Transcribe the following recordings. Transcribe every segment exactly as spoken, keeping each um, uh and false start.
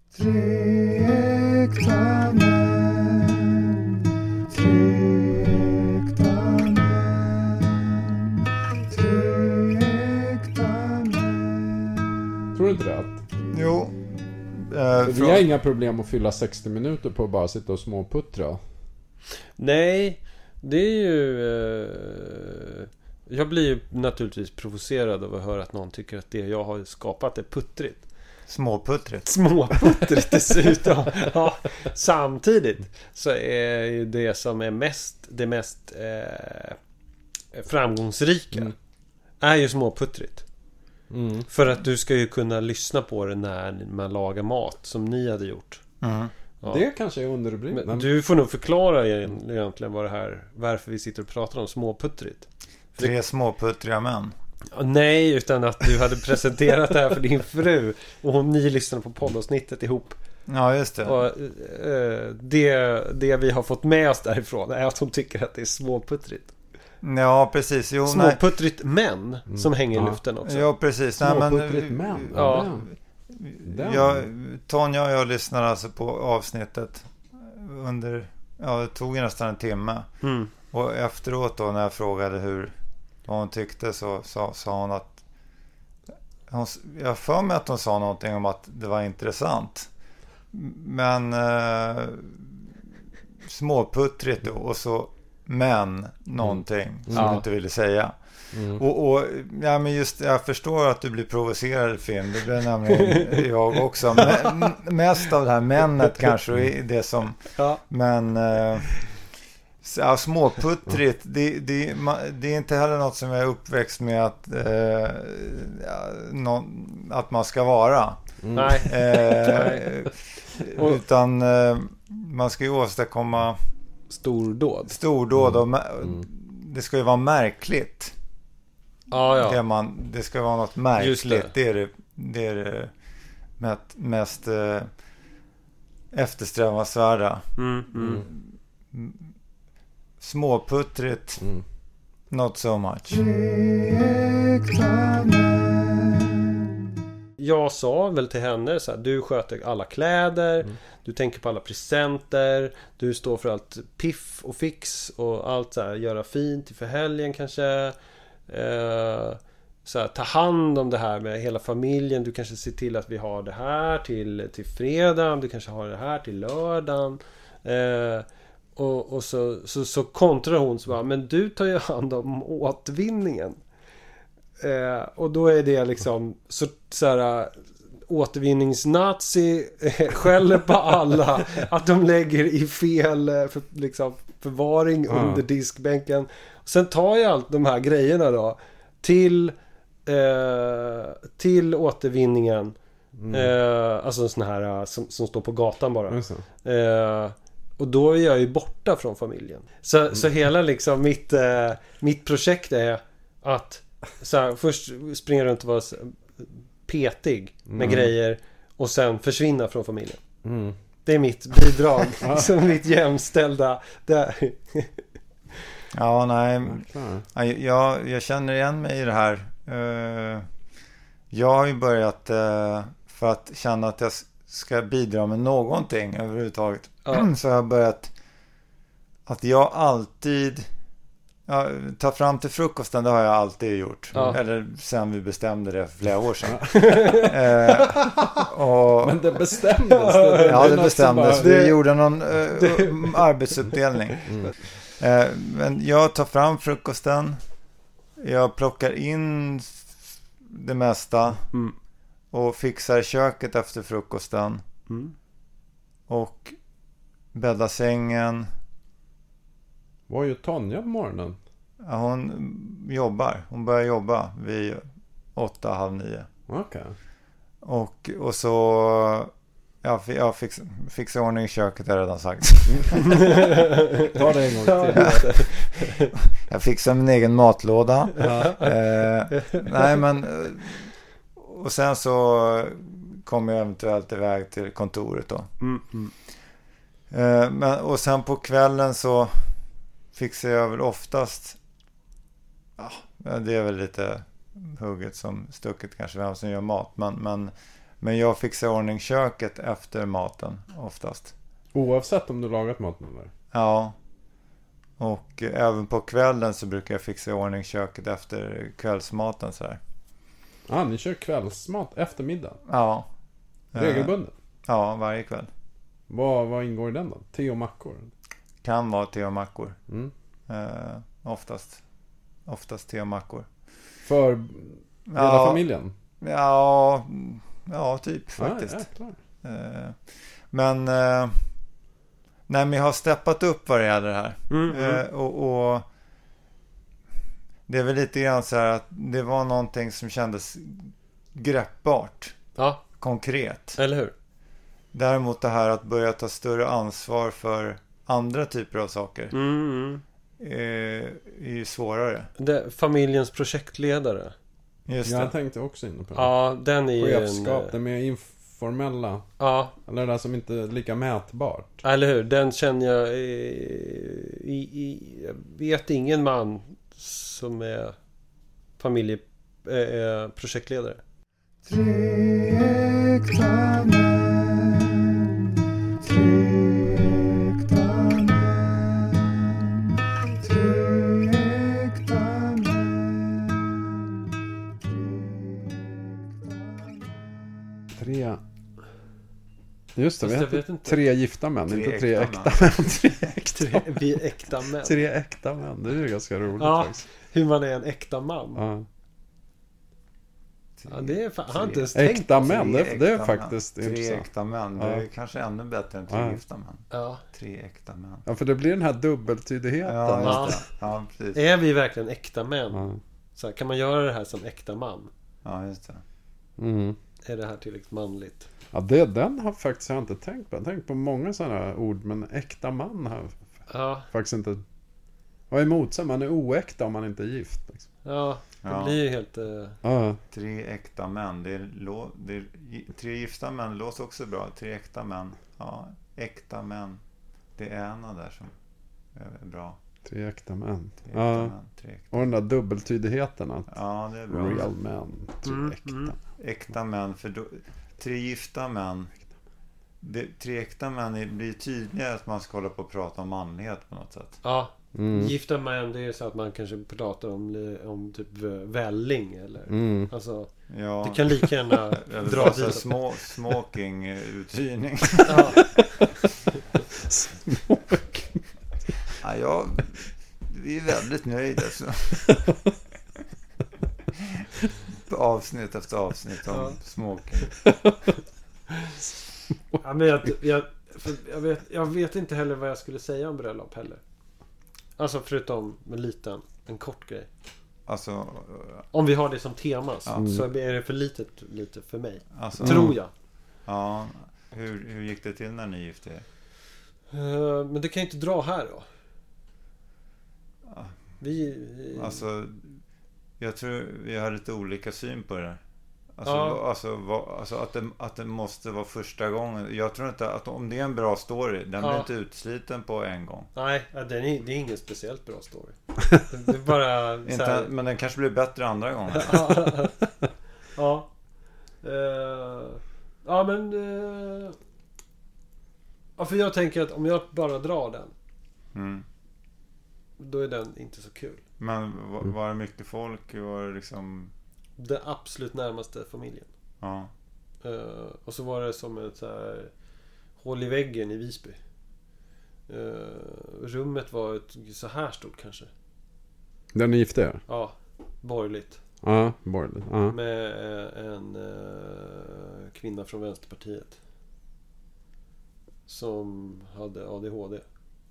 Tre äkta män, tre äkta män, tre äkta män. Tror du inte det? Att... Jo. Uh, vi från... har inga problem att fylla sextio minuter på att bara sitta och småputtra. Nej, det är ju... Uh... Jag blir ju naturligtvis provocerad av att höra att någon tycker att det jag har skapat är puttrigt. Småputtrigt. Småputtrigt dessutom. Ja, samtidigt så är ju det som är mest det mest eh, framgångsrika mm. är ju småputtrigt. Mm. För att du ska ju kunna lyssna på det när man lagar mat som ni hade gjort. Mm. Ja. Det kanske är underrubriken. Men du får nog förklara egentligen vad det här, varför vi sitter och pratar om småputtrigt. Tre småputtriga män. Nej, utan att du hade presenterat det här för din fru och hon, ni lyssnade på poddavsnittet ihop. Ja, just det. Och eh, det, det vi har fått med oss därifrån är att hon tycker att det är småputtrigt. Ja, precis. Jo, småputtrigt män mm. som hänger i ja. luften också. Ja, precis. Småputtrigt män. Ja. Den. Jag, Tonja och jag lyssnade alltså på avsnittet under, ja, det tog nästan en timme. Mm. Och efteråt då när jag frågade hur vad hon tyckte så sa, sa hon att hon, jag för mig att hon sa någonting om att det var intressant. Men eh, småputtrigt då, och så men någonting mm. som ja. du inte ville säga. Mm. Och, och ja, men just jag förstår att du blir provocerad, Finn. Det blir nämligen jag också. Men, mest av det här männet kanske är det som ja. men eh, ja, småputtrigt det, det, det är inte heller något som jag är uppväxt med att eh, ja, någon, att man ska vara. Mm. Nej. Eh, utan eh, man ska ju åstadkomma stordåd. Stordåd och mm. det ska ju vara märkligt. Ja, ja. Det, man, det ska vara något märkligt. Det. Det är det, det, är det mest, mest eh, eftersträvansvärda. Mm, mm. Mm. Småputtrigt mm. not so much. Jag sa väl till henne så här, du sköter alla kläder, mm. du tänker på alla presenter, du står för allt piff och fix och allt så här, göra fint för helgen kanske, eh, så här, ta hand om det här med hela familjen, du kanske ser till att vi har det här till, till fredagen, du kanske har det här till lördagen, eh, Och, och så, så, så kontrar hon så bara, men du tar ju hand om återvinningen. Eh, och då är det liksom så, så här, återvinningsnazi eh, skäller på alla att de lägger i fel eh, för, liksom, förvaring mm. under diskbänken. Och sen tar jag allt de här grejerna då till eh, till återvinningen. Mm. Eh, alltså en sån här som, som står på gatan bara. Eh, Och då är jag ju borta från familjen. Så, mm. så hela liksom mitt, eh, mitt projekt är att så här, först springa runt och vara petig med mm. grejer och sen försvinna från familjen. Mm. Det är mitt bidrag. Som mitt jämställda. Där. Ja, nej. Okay. Jag, jag känner igen mig i det här. Uh, jag har ju börjat uh, för att känna att jag ska bidra med någonting överhuvudtaget. Ja. Så jag har börjat att jag alltid ja, tar fram till frukosten, det har jag alltid gjort. Ja. Eller sen vi bestämde det för flera år sedan. eh, och, Men det bestämdes. Det, ja, det bestämdes. Bara, vi det, gjorde någon eh, det, arbetsuppdelning. Mm. Eh, men jag tar fram frukosten. Jag plockar in det mesta. Mm. Och fixar köket efter frukosten. Mm. Och bäddar sängen. Vad gör Tonja på morgonen? Ja, hon jobbar. Hon börjar jobba vid åtta, halv nio. Okej. Okay. Och, och så... Ja, jag fix, fixar ordning i köket, har jag redan sagt. Ta det en gång till. Jag fixar min egen matlåda. eh, nej, men... Och sen så kommer jag eventuellt iväg till kontoret då. Mm, mm. Eh, men, och sen på kvällen så fixar jag väl oftast, ja, det är väl lite hugget som stucket kanske vem som gör mat. Men, men Men jag fixar i ordning köket efter maten oftast. Oavsett om du lagat maten eller? Ja. Och även på kvällen så brukar jag fixa i ordning köket efter kvällsmaten så här. Ja, ah, ni kör kvällsmat efter middag? Ja. Regelbundet? Ja, varje kväll. Vad, vad ingår i den då? Te och mackor? Kan vara te och mackor. Mm. Eh, oftast. Oftast te och mackor. För hela ja, familjen? Ja, ja typ faktiskt. Ah, eh, men eh, nej, men jag har steppat upp vad det gäller det här. Mm, mm. Eh, och, och det är väl lite grann så här att det var någonting som kändes greppbart. Ja. Konkret. Eller hur? Däremot det här att börja ta större ansvar för andra typer av saker Mm, mm. är, är ju svårare. Det, familjens projektledare. Just Jag det. tänkte också in på det. Ja, den är ju Chefskap, en... det mer informella. Ja, Eller det där som inte är lika mätbart. eller hur? Den känner jag i, i, i jag vet ingen man som är familjeprojektledare. Tre äkta män, tre äkta män, tre äkta män, Tre... Just det, Fast vi jag vet heter inte. tre gifta män, Tre inte tre äkta äkta män. Tre äkta Tre, vi är äkta män. Tre äkta män, det är ju ganska roligt Ja, faktiskt. hur man är en äkta man. Ja. Ja, det är fan, jag har inte ens Äkta tänkt på män, Tre det, det är äkta faktiskt män. Tre intressant. äkta män, det Ja. är kanske ännu bättre än tre Ja. gifta män. Ja. Tre äkta män. Ja, för det blir den här dubbeltydigheten. Ja, Ja. just det. Ja, precis. Är vi verkligen äkta män? Ja. Så här, kan man göra det här som äkta man? Ja, just det. Mm. Är det här tillräckligt manligt? Ja, det, den har faktiskt jag inte tänkt på. Jag har tänkt på många sådana ord, men äkta man har jag Ja, faktiskt inte... Vad är emot sig? Man är oäkta om man inte är gift. Liksom. ja det Ja. blir ju helt... Uh... Ja, Tre äkta män. Det är, lå, det är, tre gifta män låter också bra. Tre äkta män. Ja, äkta män. Det är en av där som är bra. tre äkta män. Tre äkta Ja. män. Tre äkta. Och den där dubbeltydigheten att Ja, det är bra. real men, tre Mm, äkta. mm. Äkta män. För då, tre gifta män. Det, tre äkta män är, blir tydligare att man ska hålla på och prata om manlighet på något sätt. Ja, Mm. gifta män, det är så att man kanske pratar om, om typ välling eller... Mm. Alltså, Ja. det kan lika gärna Eller dra bara så här dit. små, smoking-uthyrning. Ja. Ja, jag, vi är väldigt nöjda. Så. Avsnitt efter avsnitt om Ja. smoking. Ja, men jag, jag, för jag, vet, jag vet inte heller vad jag skulle säga om bröllop heller. Alltså förutom en liten, en kort grej. Alltså, Om vi har det som tema så, Ja. så är det för litet lite för mig. alltså Tror jag. ja, hur, hur gick det till när ni gifte er? Uh, men det kan jag inte dra här då. Ja. Vi... vi Alltså, jag tror vi har lite olika syn på det där. Alltså, Ja. va- alltså, va, alltså att, det, att det måste vara första gången. Jag tror inte att om det är en bra story, den Ja. blir inte utsliten på en gång. Nej, ja, den är, det är ingen speciellt bra story. Det är bara så Inte, här, men den kanske blir bättre andra gången. ja. Uh, ja, men... Uh, ja, för jag tänker att om jag bara drar den, Mm. då är den inte så kul. Men var, var det mycket folk? Var det liksom... Den absolut närmaste familjen. Ja. Uh, och så var det som ett så här hål i väggen i Visby. Uh, rummet var ett, så här stort kanske. Den är gift är? Ja, borgerligt. Ja, borgerligt. Ja. Med eh, en uh, kvinna från Vänsterpartiet. Som hade A D H D.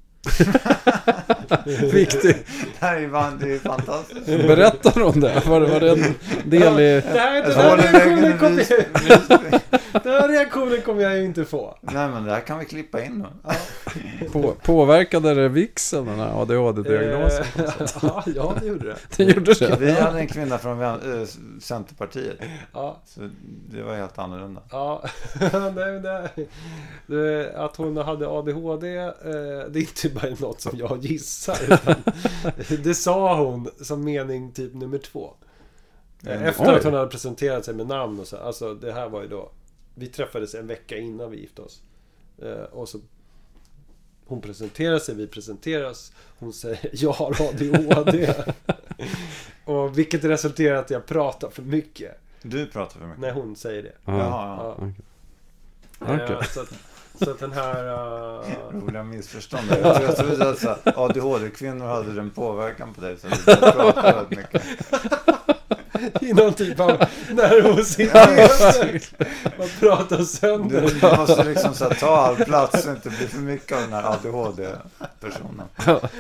Viktigt. Det här är, fan- det är fantastiskt. Berättar om det? Var, var det en del i... Det här, den, Ett här hål i reaktionen väggen kommer i jag, Visby. den här reaktionen kommer jag ju inte få. Nej, men det här kan vi klippa in då. På, påverkade det vixeln, den här A D H D-diagnosen? Eh, ja, ja, det gjorde det. Det gjorde det? Vi hade en kvinna från Vän- äh, Centerpartiet. Ja, Så det var helt annorlunda. ja. Nej, det, det, att hon hade A D H D, eh, det är inte bara något som jag gissar. Utan det sa hon som mening typ nummer två. Eh, Efter Oj. att hon hade presenterat sig med namn och så. Alltså det här var ju då vi träffades en vecka innan vi gifte oss. Uh, och så hon presenterar sig, vi presenteras. Hon säger, jag har A D H D. Och vilket resulterar att jag pratar för mycket. Du pratar för mycket? När hon säger det. Ah, ja, ja. Okay. Uh, okay. Så, att, så att den här... Uh... Roliga missförstånd. Jag, jag trodde att så, A D H D-kvinnor hade den påverkan på dig. Så du pratar väldigt mycket. I någon typ av nervositet. Man pratar sönder. Du, du måste liksom så här, ta all plats så inte blir för mycket av den här A D H D-personen.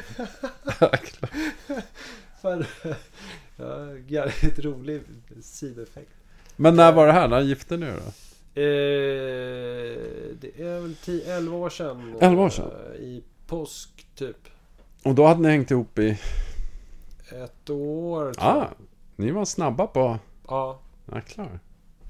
Fan, ja, ett rolig sideffekt. Men när var det här? När gifte ni då? Eh, det är väl tio elva år sedan. elva år sedan? Eh, I påsk typ. Och då hade ni hängt ihop i? Ett år. Ja, ah, ni var snabba på. Ja. Ja, klar.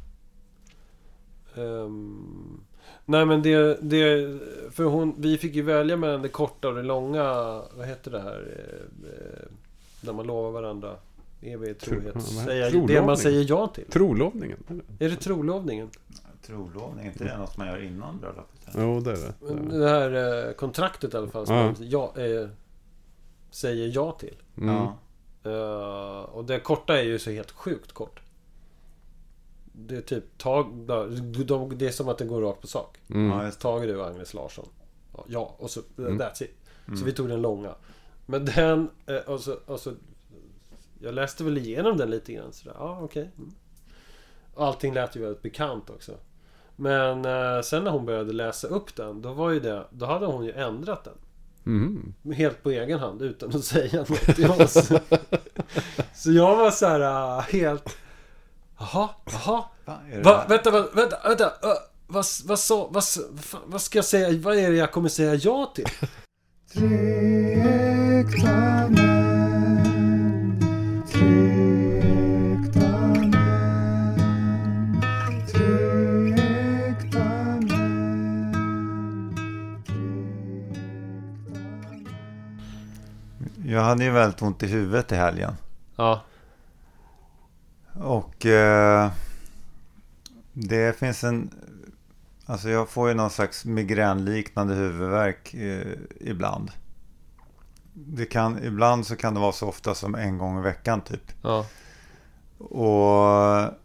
Um, nej men det, det för hon, vi fick ju välja mellan det korta och det långa. Vad heter det här? Eh, där man lovar varandra evig trohet. Tro, säga, det man säger ja till. Trolovningen? Eller? Är det trolovningen? Trolovning, inte det något man gör innan bröllopet? Jo, det är det. Det, är det. det här eh, kontraktet i alla fall som ja. man ja, eh, säger ja till. Mm. Ja. Uh, och det korta är ju så helt sjukt kort. Det är typ tag, de, det är som att det går rakt på sak. Mm. Ja, Tage du och Agnes Larsson. Ja, och så Mm. that's it. Mm. Så vi tog den långa. Men den och så, och så jag läste väl igenom den lite grann så där. Ja, okej. Okay. Mm. Allting lät ju väldigt bekant också. Men uh, sen när hon började läsa upp den, då var ju det, då hade hon ju ändrat den. Mm. Helt på egen hand utan att säga något till oss. Så jag var så här uh, helt jaha, jaha. Va, vänta, va, vänta, vänta. Uh, vad, vad, så, vad, vad, vad ska jag säga? Vad är det jag kommer säga ja till? Tre äkta män, tre äkta män, tre äkta män, Jag hade ju väldigt ont i huvudet i helgen. Ja. Och eh, det finns en... Alltså jag får ju någon slags migränliknande huvudvärk eh, ibland. Det kan, ibland så kan det vara så ofta som en gång i veckan typ. Ja. Och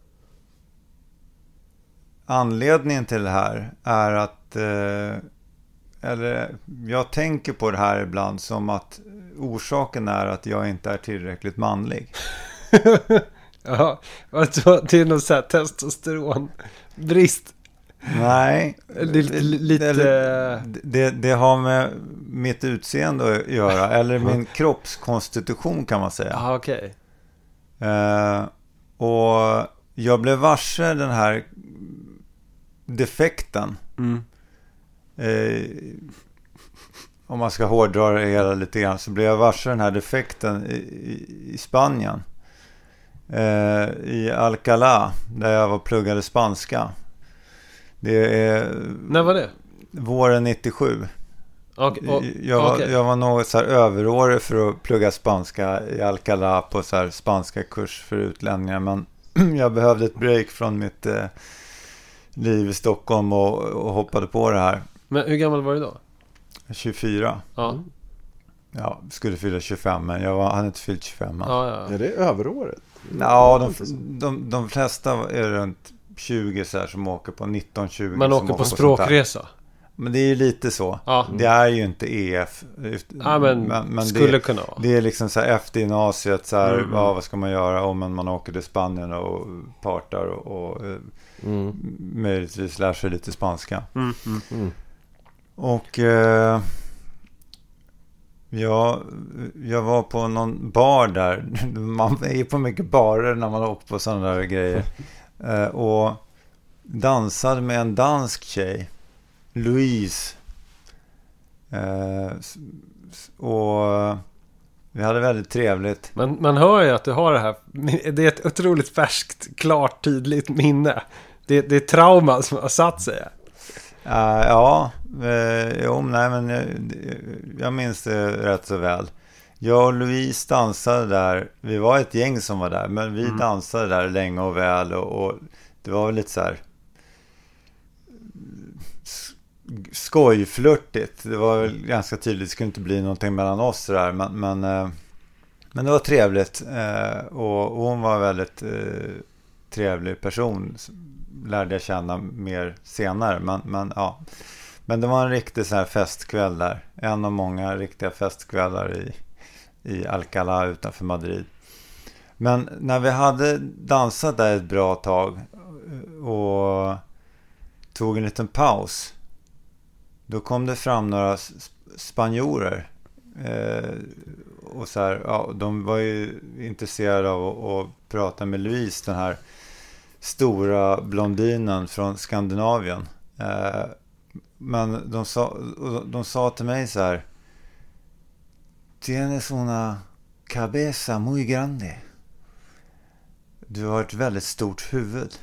anledningen till det här är att eh, eller jag tänker på det här ibland som att orsaken är att jag inte är tillräckligt manlig. Ja, alltså det är någon sån här testosteronbrist. Nej, lite, lite... Eller, det, det har med mitt utseende att göra, eller min kroppskonstitution kan man säga. Ah, okej. Okay. Eh, och jag blev varse den här defekten. Mm. Eh, om man ska hårdra det hela lite grann, så blev jag varse den här defekten i, i, i Spanien. Eh, I Alcalá, där jag var pluggade spanska. Det är... När var det? Våren nittiosju. Okay, och, jag, var, okay. jag var något så här överårig för att plugga spanska i Alcalá på så här spanska kurs för utlänningar. Men jag behövde ett break från mitt eh, liv i Stockholm och, och hoppade på det här. Men hur gammal var du då? tjugofyra. Ja. Ja, skulle fylla tjugofem, men jag var, hade inte fyllt tjugofem. Ja, ja. Är det överåret? Ja, de, de, de flesta är runt tjugo så här, som åker på nitton tjugo. Man åker på, på språkresa. Men det är ju lite så. Ja. Det är ju inte E F. Ja, men, men, men skulle det, kunna vara. Det är liksom så här efter gymnasiet så här, mm. ja, vad ska man göra om man, man åker till Spanien och partar och, och mm. möjligtvis lär sig lite spanska. Mm. Mm. Mm. Och eh, ja, jag var på någon bar där. Man är på mycket barer när man åker på sådana där grejer. Eh, och dansade med en dansk tjej, Louise. Eh, och vi hade väldigt trevligt. Man, man hör ju att du har det här. Det är ett otroligt färskt, klart, tydligt minne. Det, det är trauma som har satt sig. Uh, ja, uh, jo, nej, men jag, jag minns det rätt så väl. Jag och Louise dansade där. Vi var ett gäng som var där, men vi mm. dansade där länge och väl. Och, och det var väl lite så här skojflörtigt. Det var väl ganska tydligt, det skulle inte bli någonting mellan oss där, men, men, eh, men det var trevligt. Eh, och, och hon var en väldigt eh, trevlig person. Lärde jag känna mer senare. Men, men, ja. men det var en riktig så här festkväll där. En av många riktiga festkvällar i, i Alcalá utanför Madrid. Men när vi hade dansat där ett bra tag och tog en liten paus, då kom det fram några spanjorer eh, och så här, ja, de var ju intresserade av att, att prata med Louise, den här stora blondinen från Skandinavien. Eh, men de sa, de sa till mig så här: "Tienes una cabeza muy grande." Du har ett väldigt stort huvud.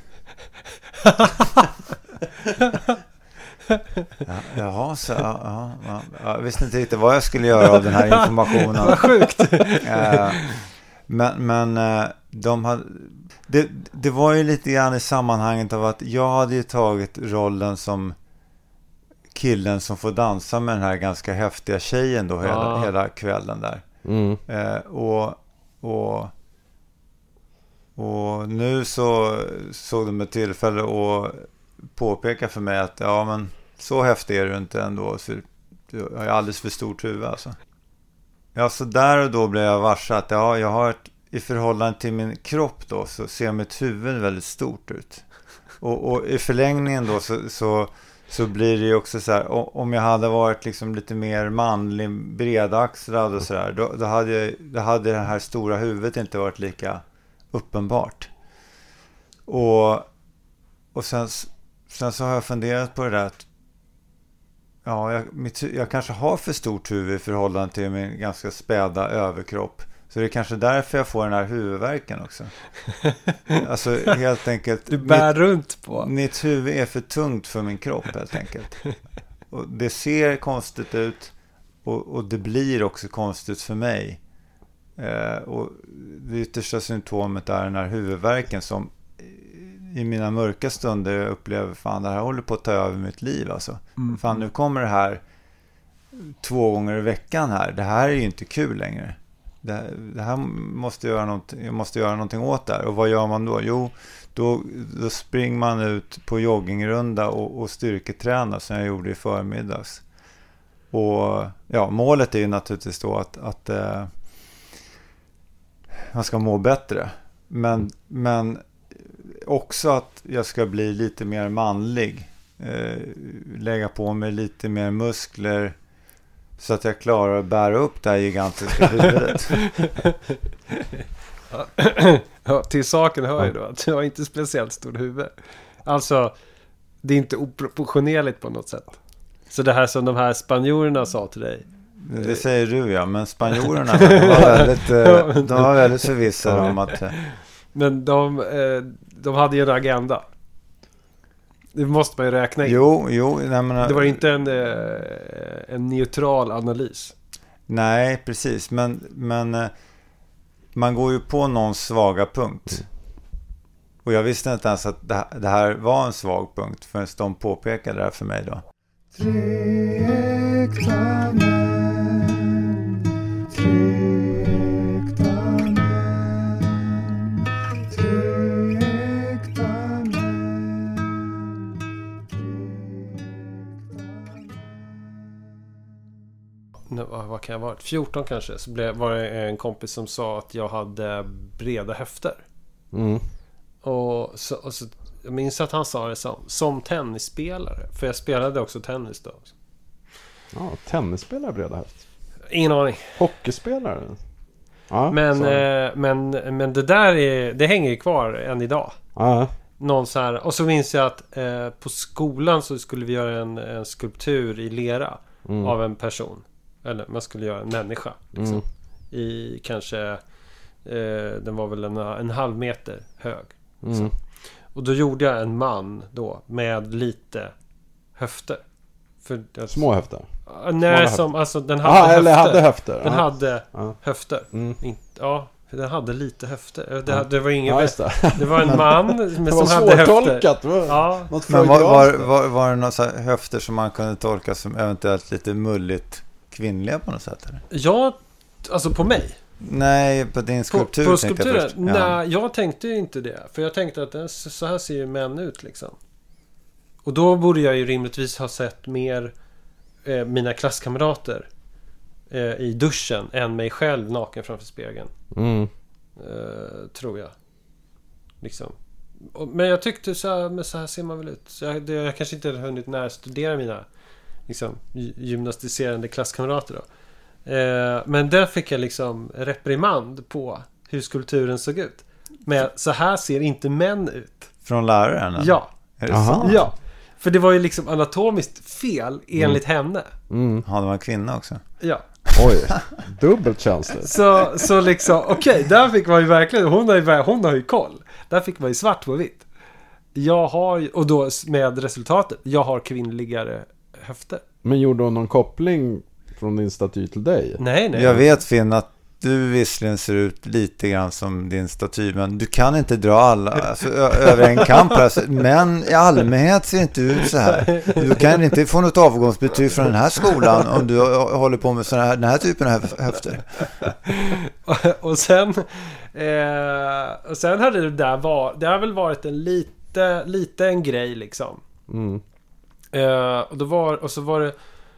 Ja, jaha, så ja, ja, jag visste inte riktigt vad jag skulle göra av den här informationen. Vad sjukt. Men, men de hade, det, det var ju lite grann i sammanhanget av att jag hade ju tagit rollen som killen som får dansa med den här ganska häftiga tjejen då hela, ah. hela kvällen där. Mm. Eh, och, och och nu så såg de ett tillfälle att påpeka för mig att ja, men så häftig är du inte ändå, så du har alldeles för stort huvud alltså. Ja, så där och då blev jag varse att ja, jag har ett, i förhållande till min kropp då, så ser mitt huvud väldigt stort ut. Och, och i förlängningen då så, så, så blir det ju också så här, om jag hade varit liksom lite mer manlig, bredaxlad och sådär, då, då, hade jag, då hade det här stora huvudet inte varit lika uppenbart. Och, och sen, sen så har jag funderat på det där att ja, jag, mitt, jag kanske har för stort huvud i förhållande till min ganska späda överkropp. Så det är kanske därför jag får den här huvudvärken också. Alltså helt enkelt. Du bär mitt, runt på. Mitt huvud är för tungt för min kropp helt enkelt. Och det ser konstigt ut. Och, och det blir också konstigt för mig. Eh, och det yttersta symptomet är den här huvudvärken som i mina mörka stunder jag upplever, fan, det här håller på att ta över mitt liv alltså. Mm. Fan, nu kommer det här två gånger i veckan här. Det här är ju inte kul längre. Det, det här måste göra något, jag måste göra någonting åt det här. Och vad gör man då? Jo, då, då springer man ut på joggingrunda och, och styrketränar som jag gjorde i förmiddags. Och ja, målet är ju naturligtvis då att, att eh, man ska må bättre. Men, men också att jag ska bli lite mer manlig. Eh, lägga på mig lite mer muskler så att jag klarar att bära upp det här gigantiska huvudet. Ja, till saken hör ju då att du har inte speciellt stort huvud. Alltså, det är inte oproportionerligt på något sätt. Så det här som de här spanjorerna sa till dig. Det säger du, ja. Men spanjorerna, de var väldigt, de var väldigt förvissade om att... Men de, de hade ju en agenda. Det måste man ju räkna in. Jo, jo. Nej, men, det var inte en, en neutral analys. Nej, precis. Men, men man går ju på någon svaga punkt. Och jag visste inte ens att det här var en svag punkt förrän de påpekade det här för mig då. Vad kan jag vara? fjorton kanske. Så blev, var det en kompis som sa att jag hade breda höfter. Mm. Och, så, och så, jag minns att han sa det som, som tennisspelare. För jag spelade också tennis då. Ja, tennisspelare breda höfter. Ingen aning. Hockeyspelare. Ja, men, eh, men, men det där är, det hänger ju kvar än idag. Ja. Någon så här, och så minns jag att eh, på skolan så skulle vi göra en, en skulptur i lera mm. av en person. Eller man skulle göra en människa liksom. Mm. I kanske eh, den var väl en, en halv meter hög mm. och då gjorde jag en man då med lite höfter. För jag, små höfter? Nej, som, alltså den hade Aha, höfter. Eller hade höfter. Den Aha. hade Aha. höfter mm. In, ja, För den hade lite höfter. Det, det var ingen... Ja, det. det var en man men det som var hade svårtolkat. höfter. Ja. Men var, var, var, var det några så här höfter som man kunde tolka som eventuellt lite mulligt kvinnliga på något sätt? Eller? Ja, alltså på mig. Nej, på din skulptur. På, på skulpturen? Jag först. Ja. Nej, jag tänkte inte det. För jag tänkte att den, så här ser ju män ut liksom. Och då borde jag ju rimligtvis ha sett mer eh, mina klasskamrater eh, i duschen än mig själv naken framför spegeln. Mm. Eh, tror jag. Liksom. Och, men jag tyckte så här, men så här ser man väl ut. Så jag, det, jag kanske inte hade hunnit närstudera mina liksom, gymnastiserande klasskamrater då. Eh, men där fick jag liksom reprimand på hur skulpturen såg ut. Men så här ser inte män ut. Från läraren? Eller? Ja. Är det så? Ja. För det var ju liksom anatomiskt fel enligt mm. henne. Mm. Ja, det var en kvinna också. Ja. Oj, dubbelt känsligt. Så, så liksom, okej, okay, där fick man ju verkligen, hon har ju, hon har ju koll. Där fick man ju svart på vitt. Jag har ju, och då med resultatet, jag har kvinnligare höfter. Men gjorde hon någon koppling från din staty till dig? Nej, nej. Jag vet, Finn, att du visserligen ser ut lite grann som din staty, men du kan inte dra alla alltså, ö- över en kamp här. Men i allmänhet ser inte ut så här. Du kan inte få något avgångsbetyg från den här skolan om du håller på med såna här, den här typen av höfter. Och sen eh, och sen hade det där var, det har väl varit en lite, lite en grej liksom. Mm. Eh, och då var, och så var det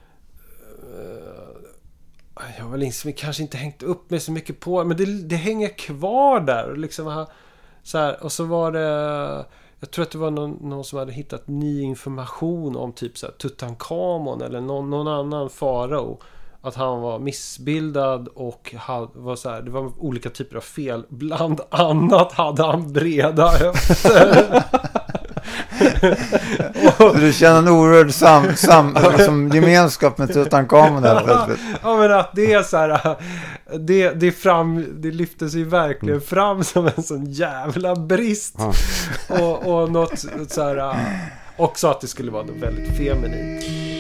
jag har väl liksom kanske inte hängt upp mig så mycket på, men det, det hänger kvar där liksom, så här, och så var det, jag tror att det var någon, någon som hade hittat ny information om typ så här Tutankhamon eller någon, någon annan farao, att han var missbildad och hade, var så här, det var olika typer av fel, bland annat hade han breda höfter. Så du känner en oerhörd sam, sam, liksom gemenskap med Tutankhamon där plötsligt. Ja, men att det är så här, det, det, är fram, det lyfter sig verkligen fram som en sån jävla brist. Och, och något så här, också att det skulle vara något väldigt feminint.